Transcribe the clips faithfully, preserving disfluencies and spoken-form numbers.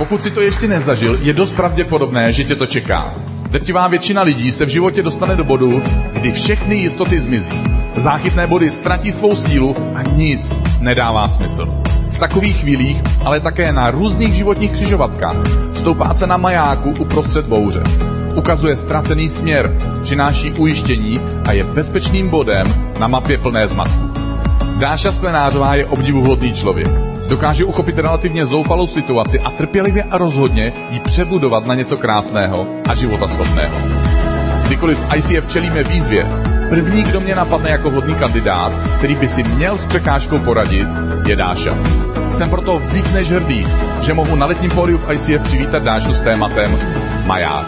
Pokud si to ještě nezažil, je dost pravděpodobné, že tě to čeká. Drtivá většina lidí se v životě dostane do bodu, kdy všechny jistoty zmizí. Záchytné body ztratí svou sílu a nic nedává smysl. V takových chvílích, ale také na různých životních křižovatkách, stoupá cena majáku uprostřed bouře. Ukazuje ztracený směr, přináší ujištění a je bezpečným bodem na mapě plné zmatku. Dáša Sklenářová je obdivuhodný člověk. Dokáže uchopit relativně zoufalou situaci a trpělivě a rozhodně ji přebudovat na něco krásného a životaschopného. Kdykoliv v I C F čelíme výzvě, první, kdo mě napadne jako vhodný kandidát, který by si měl s překážkou poradit, je Dáša. Jsem proto víc než hrdý, že mohu na letním pódiu v I C F přivítat Dášu s tématem Maják.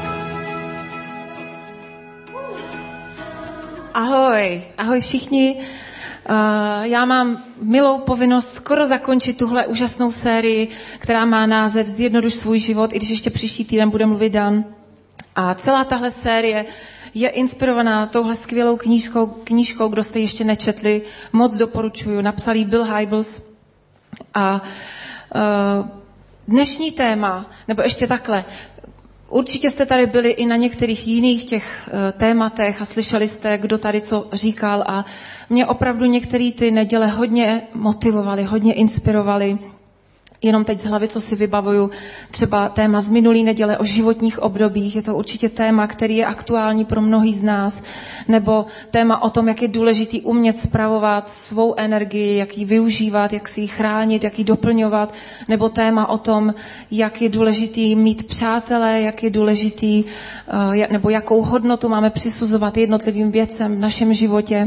Ahoj, ahoj všichni. Uh, já mám milou povinnost skoro zakončit tuhle úžasnou sérii, která má název Zjednoduš svůj život, i když ještě příští týden bude mluvit Dan. A celá tahle série je inspirovaná touhle skvělou knížkou, knížkou, kdo jste ještě nečetli, moc doporučuju, napsal ji Bill Hybels. A uh, dnešní téma, nebo ještě takhle, určitě jste tady byli i na některých jiných těch uh, tématech a slyšeli jste, kdo tady co říkal a mě opravdu některé ty neděle hodně motivovali, hodně inspirovali. Jenom teď z hlavy, co si vybavuju, třeba téma z minulý neděle o životních obdobích, je to určitě téma, který je aktuální pro mnohý z nás, nebo téma o tom, jak je důležitý umět spravovat svou energii, jak ji využívat, jak si ji chránit, jak ji doplňovat, nebo téma o tom, jak je důležitý mít přátele, jak je důležitý, nebo jakou hodnotu máme přisuzovat jednotlivým věcem v našem životě.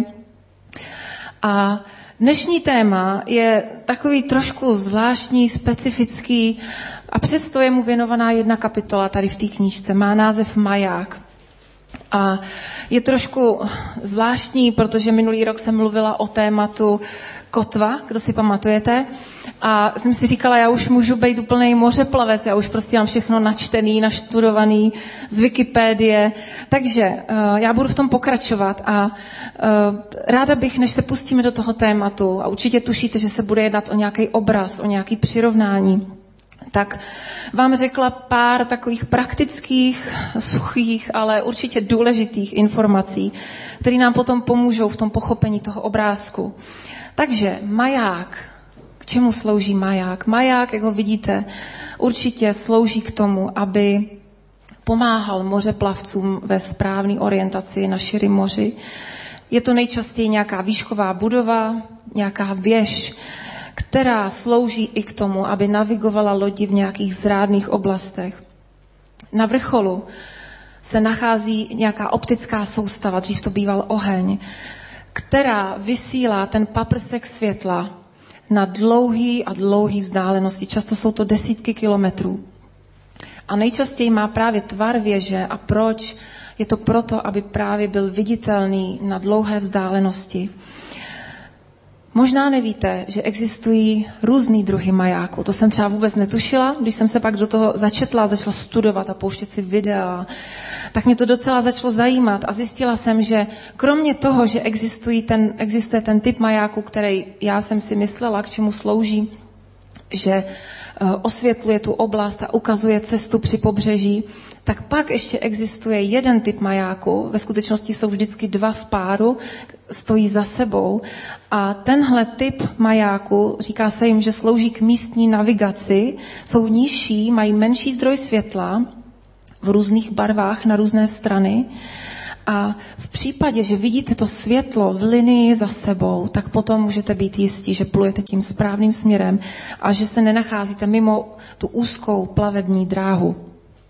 A dnešní téma je takový trošku zvláštní, specifický a přesto je mu věnovaná jedna kapitola tady v té knížce. Má název Maják. A je trošku zvláštní, protože minulý rok jsem mluvila o tématu kotva, kdo si pamatujete. A jsem si říkala, já už můžu být úplnej mořeplavec, já už prostě mám všechno načtený, naštudovaný z Wikipédie. Takže uh, já budu v tom pokračovat a uh, ráda bych, než se pustíme do toho tématu, a určitě tušíte, že se bude jednat o nějaký obraz, o nějaký přirovnání, tak vám řekla pár takových praktických, suchých, ale určitě důležitých informací, které nám potom pomůžou v tom pochopení toho obrázku. Takže maják. K čemu slouží maják? Maják, jak ho vidíte, určitě slouží k tomu, aby pomáhal mořeplavcům ve správné orientaci na širém moři. Je to nejčastěji nějaká výšková budova, nějaká věž, která slouží i k tomu, aby navigovala lodi v nějakých zrádných oblastech. Na vrcholu se nachází nějaká optická soustava, dřív to býval oheň, která vysílá ten paprsek světla na dlouhý a dlouhý vzdálenosti. Často jsou to desítky kilometrů. A nejčastěji má právě tvar věže. A proč? Je to proto, aby právě byl viditelný na dlouhé vzdálenosti. Možná nevíte, že existují různý druhy majáků. To jsem třeba vůbec netušila, když jsem se pak do toho začetla, začala studovat a pouštět si videa. Tak mě to docela začalo zajímat a zjistila jsem, že kromě toho, že existují ten, existuje ten typ majáku, který já jsem si myslela, k čemu slouží, že osvětluje tu oblast a ukazuje cestu při pobřeží, tak pak ještě existuje jeden typ majáku, ve skutečnosti jsou vždycky dva v páru, stojí za sebou a tenhle typ majáku, říká se jim, že slouží k místní navigaci, jsou nižší, mají menší zdroj světla v různých barvách na různé strany a v případě, že vidíte to světlo v linii za sebou, tak potom můžete být jistí, že plujete tím správným směrem a že se nenacházíte mimo tu úzkou plavební dráhu.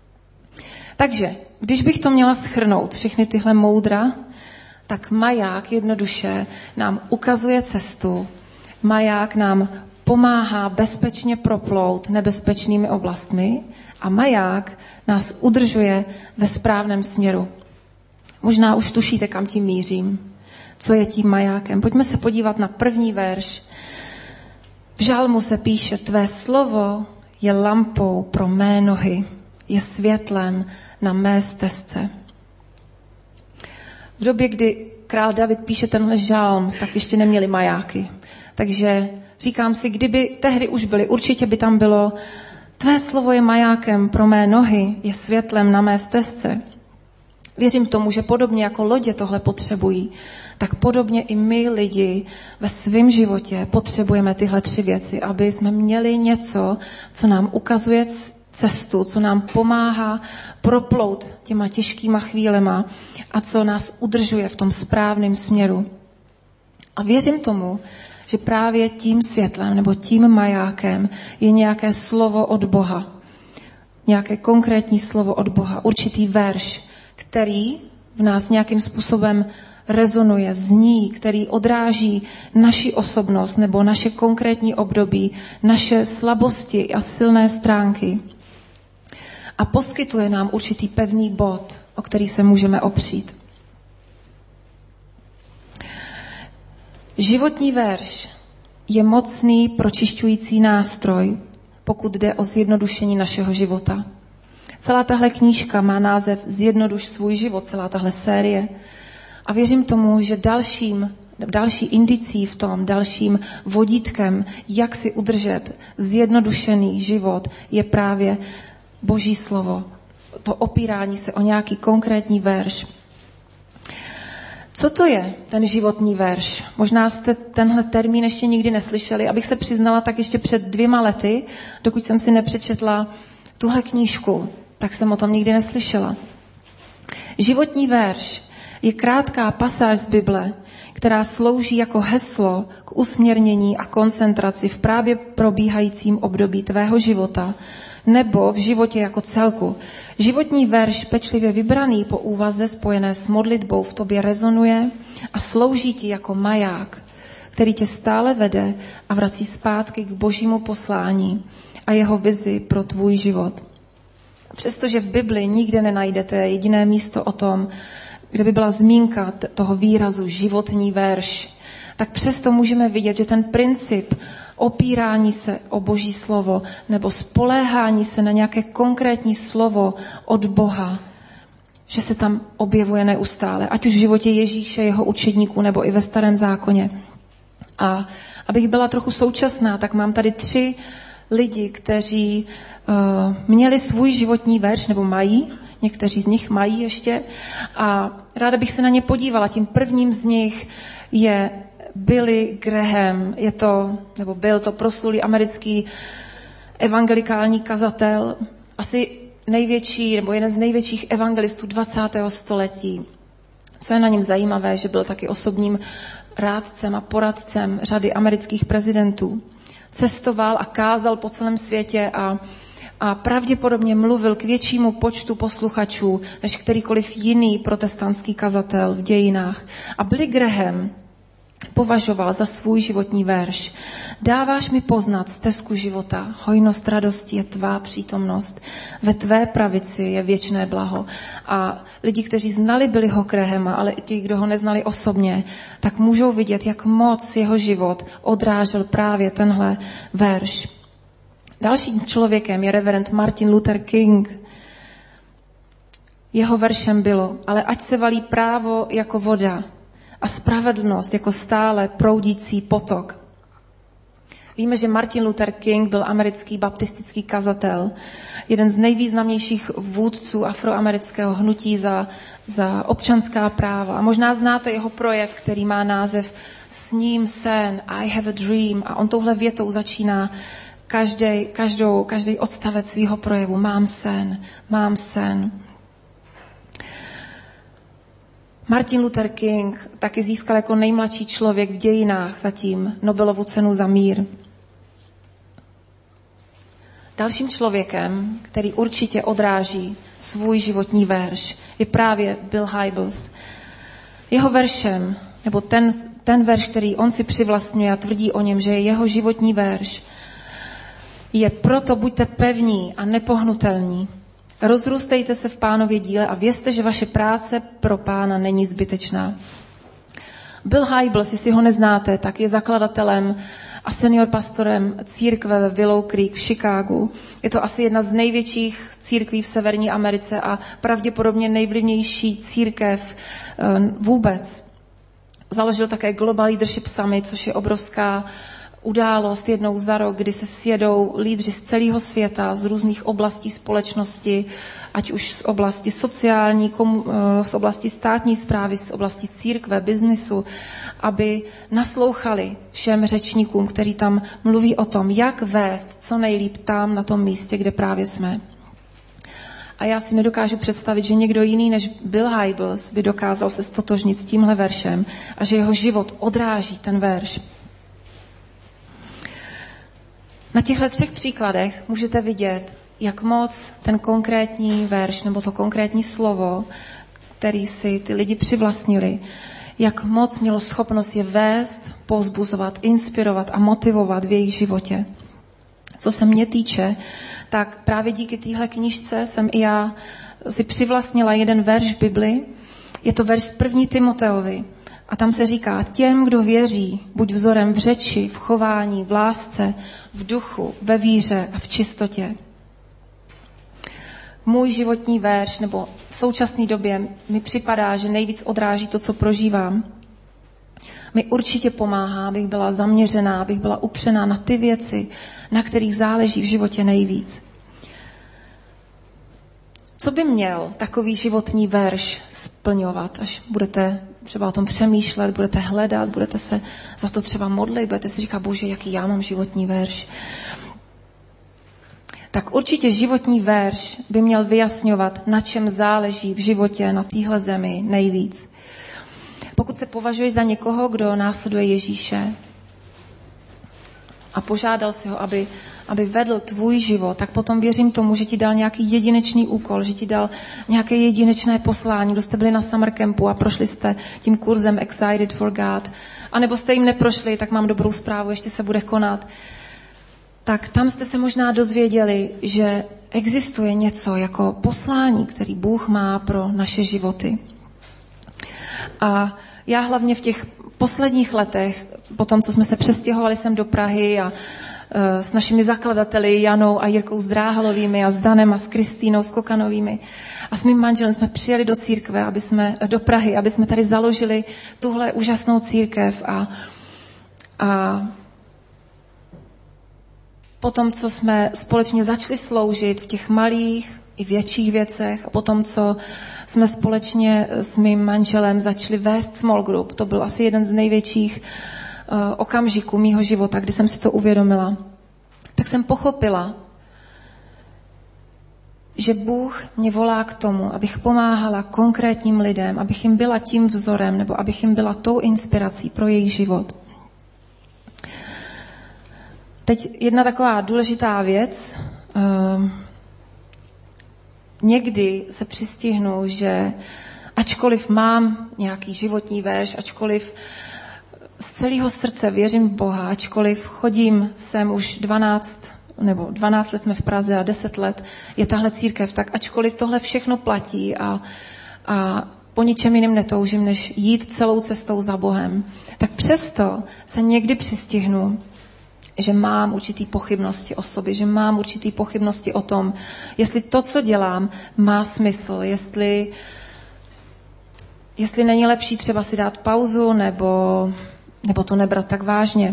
Takže, když bych to měla shrnout, všechny tyhle moudra, tak maják jednoduše nám ukazuje cestu, maják nám pomáhá bezpečně proplout nebezpečnými oblastmi a maják nás udržuje ve správném směru. Možná už tušíte, kam tím mířím. Co je tím majákem? Pojďme se podívat na první verš. V žalmu se píše, tvé slovo je lampou pro mé nohy, je světlem na mé stezce. V době, kdy král David píše tenhle žalm, tak ještě neměli majáky. Takže říkám si, kdyby tehdy už byly, určitě by tam bylo Tvé slovo je majákem pro mé nohy, je světlem na mé stezce. Věřím tomu, že podobně jako lodě tohle potřebují, tak podobně i my lidi ve svém životě potřebujeme tyhle tři věci, aby jsme měli něco, co nám ukazuje cestu, co nám pomáhá proplout těma těžkýma chvílema a co nás udržuje v tom správném směru. A věřím tomu, že právě tím světlem nebo tím majákem je nějaké slovo od Boha. Nějaké konkrétní slovo od Boha, určitý verš, který v nás nějakým způsobem rezonuje, zní, který odráží naši osobnost nebo naše konkrétní období, naše slabosti a silné stránky. A poskytuje nám určitý pevný bod, o který se můžeme opřít. Životní verš je mocný pročišťující nástroj, pokud jde o zjednodušení našeho života. Celá tahle knížka má název Zjednoduš svůj život, celá tahle série. A věřím tomu, že dalším, další indicí v tom, dalším vodítkem, jak si udržet zjednodušený život, je právě Boží slovo. To opírání se o nějaký konkrétní verš. Co to je ten životní verš? Možná jste tenhle termín ještě nikdy neslyšeli. Abych se přiznala, tak ještě před dvěma lety, dokud jsem si nepřečetla tuhle knížku, tak jsem o tom nikdy neslyšela. Životní verš je krátká pasáž z Bible, která slouží jako heslo k usměrnění a koncentraci v právě probíhajícím období tvého života nebo v životě jako celku. Životní verš pečlivě vybraný po úvaze spojené s modlitbou v tobě rezonuje a slouží ti jako maják, který tě stále vede a vrací zpátky k Božímu poslání a jeho vizi pro tvůj život. Přestože v Bibli nikde nenajdete jediné místo o tom, kde by byla zmínka toho výrazu životní verš, tak přesto můžeme vidět, že ten princip opírání se o Boží slovo nebo spoléhání se na nějaké konkrétní slovo od Boha, že se tam objevuje neustále, ať už v životě Ježíše, jeho učedníků nebo i ve Starém zákoně. A abych byla trochu současná, tak mám tady tři lidi, kteří uh, měli svůj životní verš, nebo mají, někteří z nich mají ještě, a ráda bych se na ně podívala. Tím prvním z nich je Billy Graham. Je to, nebo byl to proslulý americký evangelikální kazatel, asi největší, nebo jeden z největších evangelistů dvacátého století. Co je na něm zajímavé, že byl taky osobním rádcem a poradcem řady amerických prezidentů. Cestoval a kázal po celém světě a, a pravděpodobně mluvil k většímu počtu posluchačů, než kterýkoliv jiný protestantský kazatel v dějinách. A Billy Graham považoval za svůj životní verš. Dáváš mi poznat stezku života, hojnost radosti je tvá přítomnost, ve tvé pravici je věčné blaho. A lidi, kteří znali Billyho Grahama, ale i ti, kdo ho neznali osobně, tak můžou vidět, jak moc jeho život odrážel právě tenhle verš. Dalším člověkem je reverend Martin Luther King. Jeho veršem bylo, ale ať se valí právo jako voda a spravedlnost jako stále proudící potok. Víme, že Martin Luther King byl americký baptistický kazatel, jeden z nejvýznamnějších vůdců afroamerického hnutí za, za občanská práva. A možná znáte jeho projev, který má název Sním sen, I have a dream. A on touhle větou začíná každý, každou, každý odstavec svého projevu. Mám sen, mám sen. Martin Luther King taky získal jako nejmladší člověk v dějinách zatím Nobelovu cenu za mír. Dalším člověkem, který určitě odráží svůj životní verš, je právě Bill Hybels. Jeho veršem, nebo ten, ten verš, který on si přivlastňuje a tvrdí o něm, že je jeho životní verš, je proto buďte pevní a nepohnutelní. Rozrůstejte se v Pánově díle a vězte, že vaše práce pro Pána není zbytečná. Bill Hybels, jestli ho neznáte, tak je zakladatelem a senior pastorem církve ve Willow Creek v Chicagu. Je to asi jedna z největších církví v Severní Americe a pravděpodobně nejvlivnější církev vůbec. Založil také Global Leadership Summit, což je obrovská událost jednou za rok, kdy se sjedou lídři z celého světa, z různých oblastí společnosti, ať už z oblasti sociální, komu, z oblasti státní správy, z oblasti církve, biznisu, aby naslouchali všem řečníkům, kteří tam mluví o tom, jak vést co nejlíp tam na tom místě, kde právě jsme. A já si nedokážu představit, že někdo jiný než Bill Hybels by dokázal se stotožnit s tímhle veršem a že jeho život odráží ten verš. Na těchto třech příkladech můžete vidět, jak moc ten konkrétní verš nebo to konkrétní slovo, který si ty lidi přivlastnili, jak moc mělo schopnost je vést, povzbuzovat, inspirovat a motivovat v jejich životě. Co se mě týče, tak právě díky téhle knížce jsem i já si přivlastnila jeden verš v Bibli. Je to verš z první Timoteovi. A tam se říká, těm, kdo věří, buď vzorem v řeči, v chování, v lásce, v duchu, ve víře a v čistotě. Můj životní verš, nebo v současné době mi připadá, že nejvíc odráží to, co prožívám. Mi určitě pomáhá, abych byla zaměřená, abych byla upřená na ty věci, na kterých záleží v životě nejvíc. Co by měl takový životní verš splňovat, až budete třeba o tom přemýšlet, budete hledat, budete se za to třeba modlit, budete si říkat, bože, jaký já mám životní verš. Tak určitě životní verš by měl vyjasňovat, na čem záleží v životě na téhle zemi nejvíc. Pokud se považuješ za někoho, kdo následuje Ježíše a požádal si ho, aby, aby vedl tvůj život, tak potom věřím tomu, že ti dal nějaký jedinečný úkol, že ti dal nějaké jedinečné poslání. Kdo jste byli na summer campu a prošli jste tím kurzem Excited for God, anebo jste jim neprošli, tak mám dobrou zprávu, ještě se bude konat. Tak tam jste se možná dozvěděli, že existuje něco jako poslání, který Bůh má pro naše životy. A já hlavně v těch posledních letech, po tom, co jsme se přestěhovali sem do Prahy a e, s našimi zakladateli Janou a Jirkou Zdráhalovými a s Danem a s Kristýnou Skokanovými a s mým manželem jsme přijeli do církve, aby jsme, do Prahy, aby jsme tady založili tuhle úžasnou církev a, a potom, co jsme společně začali sloužit v těch malých i větších věcech a potom, co jsme společně s mým manželem začali vést small group, to byl asi jeden z největších uh, okamžiků mýho života, kdy jsem si to uvědomila, tak jsem pochopila, že Bůh mě volá k tomu, abych pomáhala konkrétním lidem, abych jim byla tím vzorem nebo abych jim byla tou inspirací pro jejich život. Teď jedna taková důležitá věc. Uh, Někdy se přistihnu, že ačkoliv mám nějaký životní verš, ačkoliv z celého srdce věřím v Boha, ačkoliv chodím sem už dvanáct nebo dvanáct let jsme v Praze a deset let je tahle církev, tak ačkoliv tohle všechno platí a, a po ničem jiném netoužím, než jít celou cestou za Bohem, tak přesto se někdy přistihnu, že mám určitý pochybnosti o sobě, že mám určitý pochybnosti o tom, jestli to, co dělám, má smysl, jestli, jestli není lepší třeba si dát pauzu nebo, nebo to nebrat tak vážně.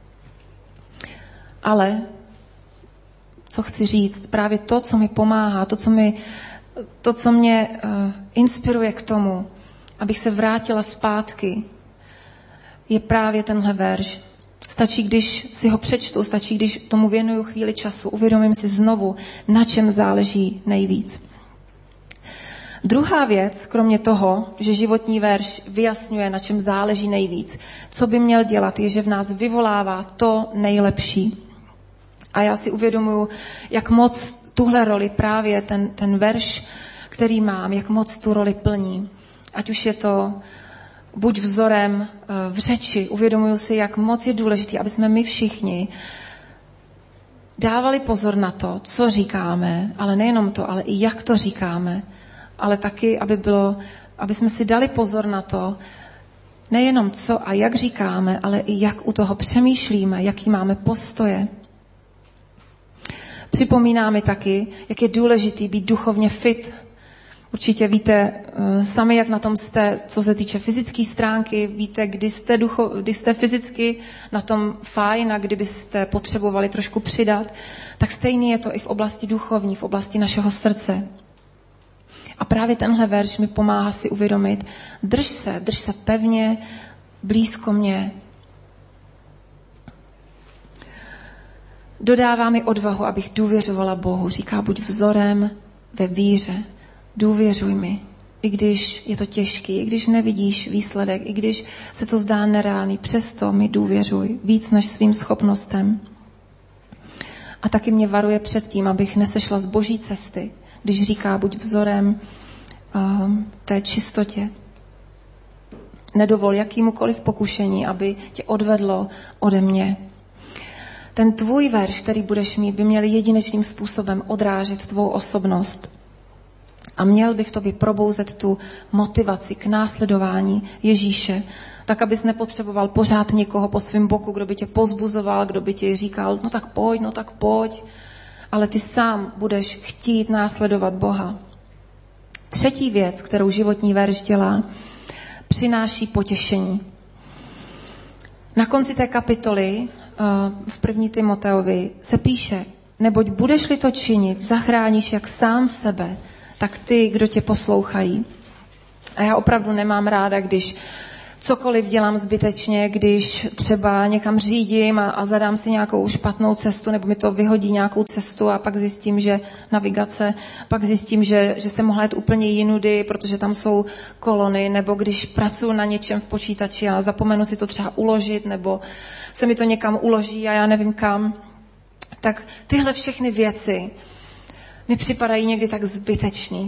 Ale co chci říct, právě to, co mi pomáhá, to, co, mi, to, co mě uh, inspiruje k tomu, abych se vrátila zpátky, je právě tenhle verš. Stačí, když si ho přečtu, stačí, když tomu věnuju chvíli času, uvědomím si znovu, na čem záleží nejvíc. Druhá věc, kromě toho, že životní verš vyjasňuje, na čem záleží nejvíc, co by měl dělat, je, že v nás vyvolává to nejlepší. A já si uvědomuju, jak moc tuhle roli právě ten, ten verš, který mám, jak moc tu roli plní. Ať už je to buď vzorem v řeči, uvědomuju si, jak moc je důležité, aby jsme my všichni dávali pozor na to, co říkáme, ale nejenom to, ale i jak to říkáme, ale taky, aby bylo, aby jsme si dali pozor na to, nejenom co a jak říkáme, ale i jak u toho přemýšlíme, jaký máme postoje. Připomíná mi taky, jak je důležitý být duchovně fit. Určitě víte uh, sami, jak na tom jste, co se týče fyzické stránky, víte, kdy jste, ducho, kdy jste fyzicky na tom fajn a kdybyste potřebovali trošku přidat, tak stejný je to i v oblasti duchovní, v oblasti našeho srdce. A právě tenhle verš mi pomáhá si uvědomit, drž se, drž se pevně, blízko mě. Dodává mi odvahu, abych důvěřovala Bohu. Říká, buď vzorem ve víře. Důvěřuj mi. I když je to těžký, i když nevidíš výsledek, i když se to zdá nereálný, přesto mi důvěřuj víc než svým schopnostem. A taky mě varuje před tím, abych nesešla z boží cesty, když říká, buď vzorem uh, té čistotě. Nedovol jakýmukoliv pokušení, aby tě odvedlo ode mě. Ten tvůj verš, který budeš mít, by měl jedinečným způsobem odrážet tvou osobnost. A měl by v tobě probouzet tu motivaci k následování Ježíše, tak abys nepotřeboval pořád někoho po svém boku, kdo by tě pozbuzoval, kdo by ti říkal, no tak pojď, no tak pojď. Ale ty sám budeš chtít následovat Boha. Třetí věc, kterou životní verš dělá, přináší potěšení. Na konci té kapitoly v první Timoteovi se píše, neboť budeš-li to činit, zachráníš jak sám sebe, tak ty, kdo tě poslouchají. A já opravdu nemám ráda, když cokoliv dělám zbytečně, když třeba někam řídím a, a zadám si nějakou špatnou cestu, nebo mi to vyhodí nějakou cestu a pak zjistím, že navigace, pak zjistím, že, že jsem mohla jít úplně jinudy, protože tam jsou kolony, nebo když pracuji na něčem v počítači a zapomenu si to třeba uložit, nebo se mi to někam uloží a já nevím kam. Tak tyhle všechny věci mi připadají někdy tak zbytečný.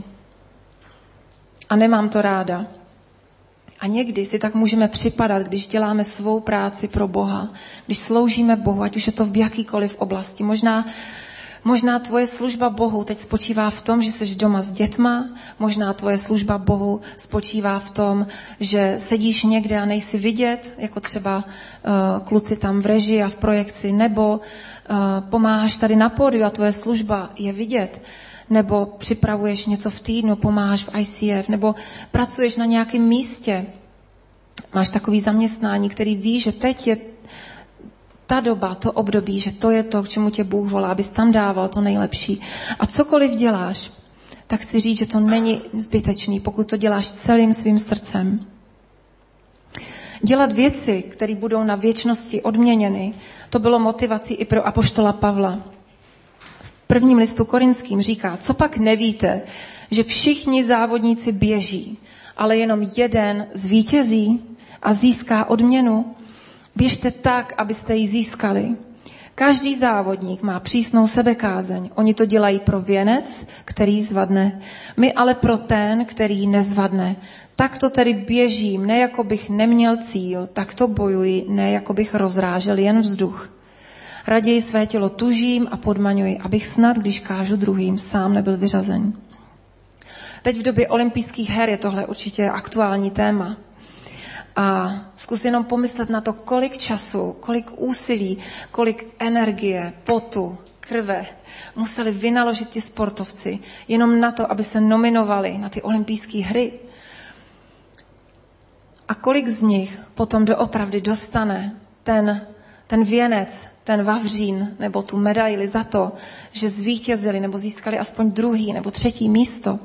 A nemám to ráda. A někdy si tak můžeme připadat, když děláme svou práci pro Boha, když sloužíme Bohu, ať už je to v jakýkoliv oblasti. Možná, možná tvoje služba Bohu teď spočívá v tom, že jsi doma s dětma, možná tvoje služba Bohu spočívá v tom, že sedíš někde a nejsi vidět, jako třeba uh, kluci tam v režii a v projekci, nebo uh, pomáháš tady na pódiu a tvoje služba je vidět. Nebo připravuješ něco v týdnu, pomáháš v I C F, nebo pracuješ na nějakém místě. Máš takový zaměstnání, který ví, že teď je ta doba, to období, že to je to, k čemu tě Bůh volá, abys tam dával to nejlepší. A cokoliv děláš, tak chci říct, že to není zbytečný, pokud to děláš celým svým srdcem. Dělat věci, které budou na věčnosti odměněny, to bylo motivací i pro apoštola Pavla. V prvním listu Korinským říká, co pak nevíte, že všichni závodníci běží, ale jenom jeden zvítězí a získá odměnu. Běžte tak, abyste ji získali. Každý závodník má přísnou sebekázeň. Oni to dělají pro věnec, který zvadne. My ale pro ten, který nezvadne. Tak to tedy běžím, ne jako bych neměl cíl, tak to bojuji, ne jako bych rozrážel jen vzduch. Raději své tělo tužím a podmaňuji, abych snad, když kážu druhým, sám nebyl vyřazen. Teď v době olympijských her je tohle určitě aktuální téma. A zkus jenom pomyslet na to, kolik času, kolik úsilí, kolik energie, potu, krve museli vynaložit ti sportovci jenom na to, aby se nominovali na ty olympijské hry. A kolik z nich potom doopravdy dostane ten, ten věnec, ten vavřín nebo tu medaili za to, že zvítězili nebo získali aspoň druhý nebo třetí místo.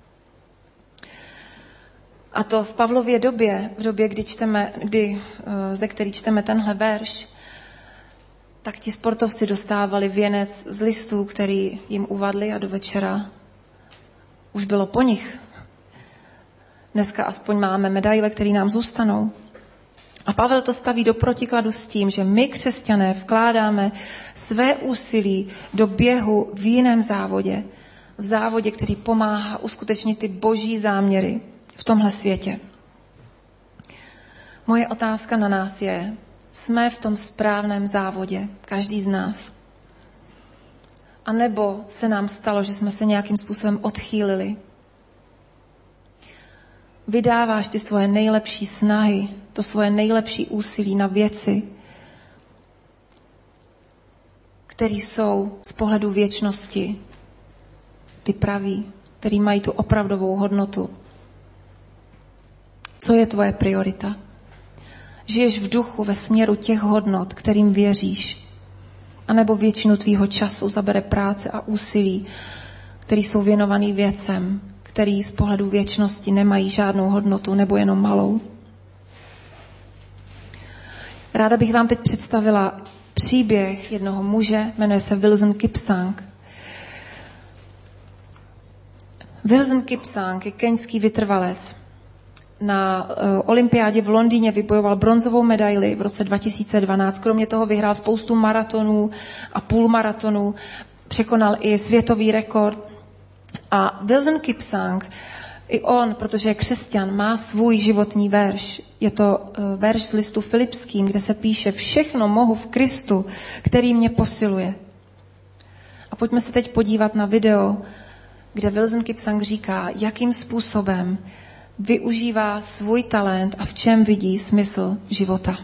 A to v Pavlově době, v době, kdy čteme, kdy, ze který čteme tenhle verš, tak ti sportovci dostávali věnec z listů, který jim uvadli a do večera už bylo po nich. Dneska aspoň máme medaile, které nám zůstanou. A Pavel to staví do protikladu s tím, že my, křesťané, vkládáme své úsilí do běhu v jiném závodě. V závodě, který pomáhá uskutečnit ty boží záměry v tomhle světě. Moje otázka na nás je, jsme v tom správném závodě, každý z nás. A nebo se nám stalo, že jsme se nějakým způsobem odchýlili. Vydáváš ty svoje nejlepší snahy, to svoje nejlepší úsilí na věci, které jsou z pohledu věčnosti ty pravý, který mají tu opravdovou hodnotu. Co je tvoje priorita? Žiješ v duchu ve směru těch hodnot, kterým věříš? A nebo většinu tvýho času zabere práce a úsilí, který jsou věnovaný věcem, který z pohledu věčnosti nemají žádnou hodnotu nebo jenom malou? Ráda bych vám teď představila příběh jednoho muže, jmenuje se Wilson Kipsang. Wilson Kipsang je keňský vytrvalec. Na uh, olympiádě v Londýně vybojoval bronzovou medaili v roce dva tisíce dvanáct. Kromě toho vyhrál spoustu maratonů a půlmaratonů. Překonal i světový rekord. A Wilson Kipsang, i on, protože je křesťan, má svůj životní verš. Je to uh, verš z listu Filipským, kde se píše: všechno mohu v Kristu, který mě posiluje. A pojďme se teď podívat na video, kde Wilson Kipsang říká, jakým způsobem využívá svůj talent a v čem vidí smysl života.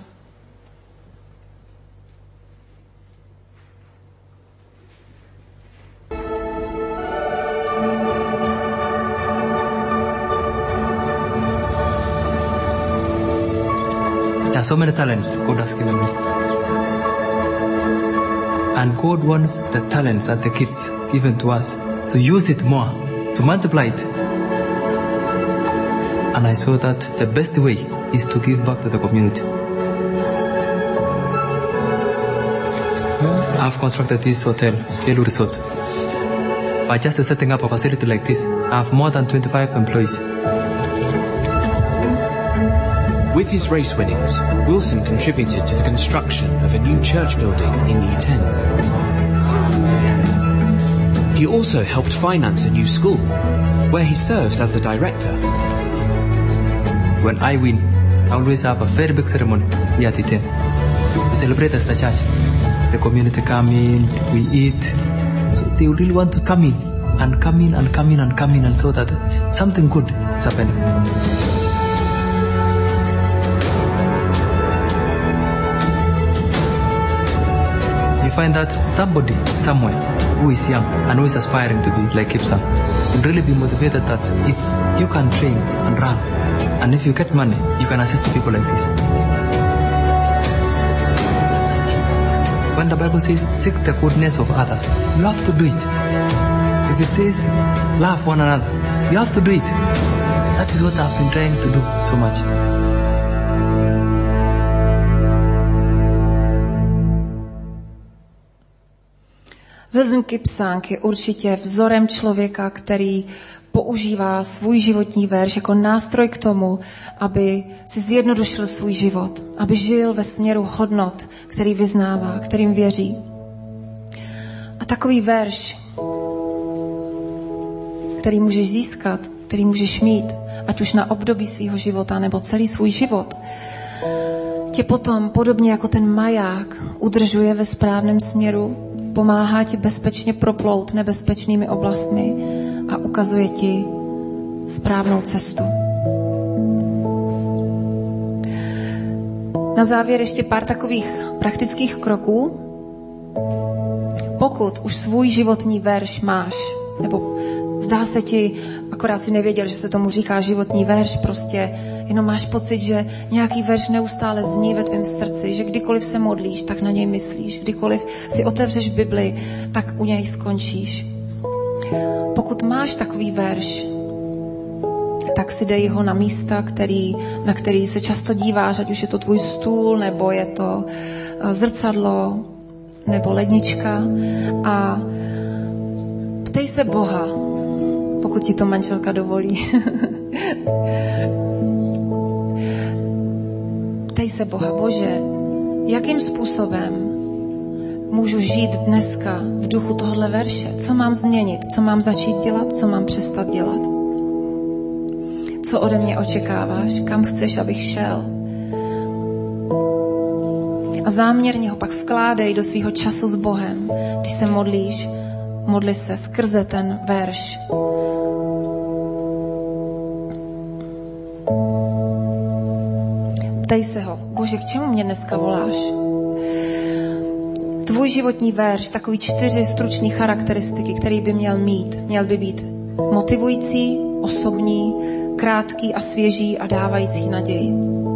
There are so many talents God has given me. And God wants the talents and the gifts given to us to use it more, to multiply it. And I saw that the best way is to give back to the community. I've constructed this hotel, Kelu Resort. By just setting up a facility like this, I have more than twenty-five employees. With his race winnings, Wilson contributed to the construction of a new church building in E ten. He also helped finance a new school, where he serves as the director. When I win, I always have a very big ceremony here at E ten. We celebrate as the church. The community come in, we eat. So they really want to come in, and come in, and come in, and come in, and so that something good is happening. You find that somebody, somewhere, who is young and who is aspiring to be like Kipsang, will really be motivated that if you can train and run, and if you get money, you can assist people like this. When the Bible says, seek the goodness of others, you have to do it. If it says, love one another, you have to do it. That is what I've been trying to do so much. Wilson Kipsang je určitě vzorem člověka, který používá svůj životní verš jako nástroj k tomu, aby si zjednodušil svůj život, aby žil ve směru hodnot, který vyznává, kterým věří. A takový verš, který můžeš získat, který můžeš mít, ať už na období svého života nebo celý svůj život, tě potom, podobně jako ten maják, udržuje ve správném směru, pomáhá ti bezpečně proplout nebezpečnými oblastmi a ukazuje ti správnou cestu. Na závěr ještě pár takových praktických kroků. Pokud už svůj životní verš máš, nebo zdá se ti, akorát si nevěděl, že se tomu říká životní verš, prostě jenom máš pocit, že nějaký verš neustále zní ve tvém srdci, že kdykoliv se modlíš, tak na něj myslíš, kdykoliv si otevřeš Bibli, tak u něj skončíš. Pokud máš takový verš, tak si dej ho na místa, který, na který se často díváš, ať už je to tvůj stůl, nebo je to zrcadlo, nebo lednička, a ptej se Boha, pokud ti to manželka dovolí. Ptej se Boha, Bože, jakým způsobem můžu žít dneska v duchu tohohle verše? Co mám změnit? Co mám začít dělat? Co mám přestat dělat? Co ode mě očekáváš? Kam chceš, abych šel? A záměrně ho pak vkládej do svého času s Bohem. Když se modlíš, modli se skrze ten verš. Ptej se ho, Bože, k čemu mě dneska voláš? Tvůj životní verš, takový čtyři stručné charakteristiky, který by měl mít, měl by být Motivující, osobní, krátký a svěží a dávající naději.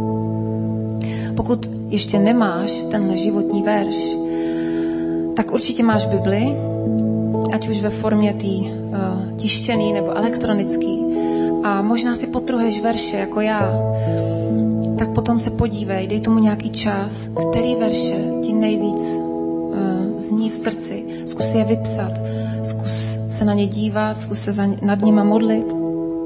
Pokud ještě nemáš tenhle životní verš, tak určitě máš Bibli, ať už ve formě tý uh, tištěný nebo elektronický. A možná si potruheš verše jako já. Tak potom se podívej, dej tomu nějaký čas, který verše ti nejvíc uh, zní v srdci. Zkus je vypsat, zkus se na ně dívat, zkus se za, nad nima modlit.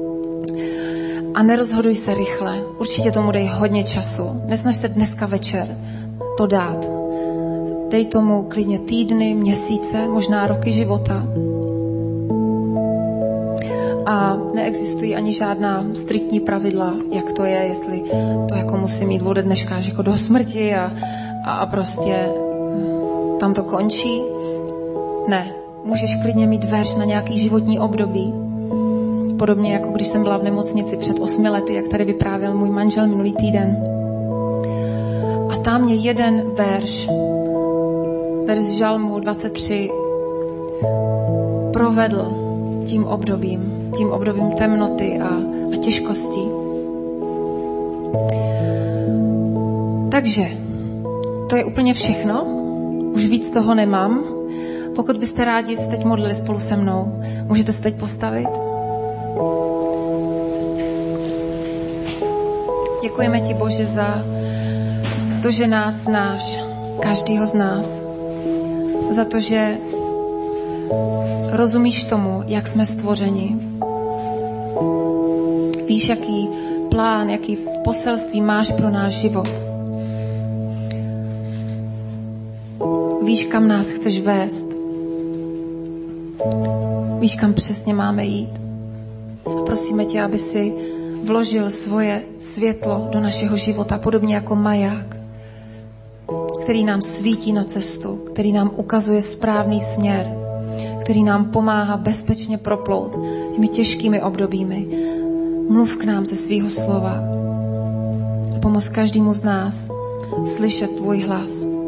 A nerozhoduj se rychle. Určitě tomu dej hodně času. Nesnaž se dneska večer to dát. Dej tomu klidně týdny, měsíce, možná roky života. A neexistují ani žádná striktní pravidla, jak to je, jestli to jako musí mít ode dneška až jako do smrti a, a, a prostě tam to končí. Ne, můžeš klidně mít verš na nějaký životní období. Podobně jako když jsem byla v nemocnici před osmi lety, jak tady vyprávěl můj manžel minulý týden. A tam mě jeden verš, verš Žalmu dvacet tři, provedl tím obdobím, tím obdobím temnoty a, a těžkostí. Takže, to je úplně všechno. Už víc toho nemám. Pokud byste rádi se teď modlili spolu se mnou, můžete se teď postavit. Děkujeme ti, Bože, za to, že nás znáš, každýho z nás. Za to, že rozumíš tomu, jak jsme stvořeni. Víš, jaký plán, jaký poselství máš pro náš život. Víš, kam nás chceš vést. Víš, kam přesně máme jít. A prosíme tě, aby si vložil svoje světlo do našeho života, podobně jako maják, který nám svítí na cestu, který nám ukazuje správný směr, který nám pomáhá bezpečně proplout těmi těžkými obdobími. Mluv k nám ze svýho slova a pomoz každému z nás slyšet tvůj hlas.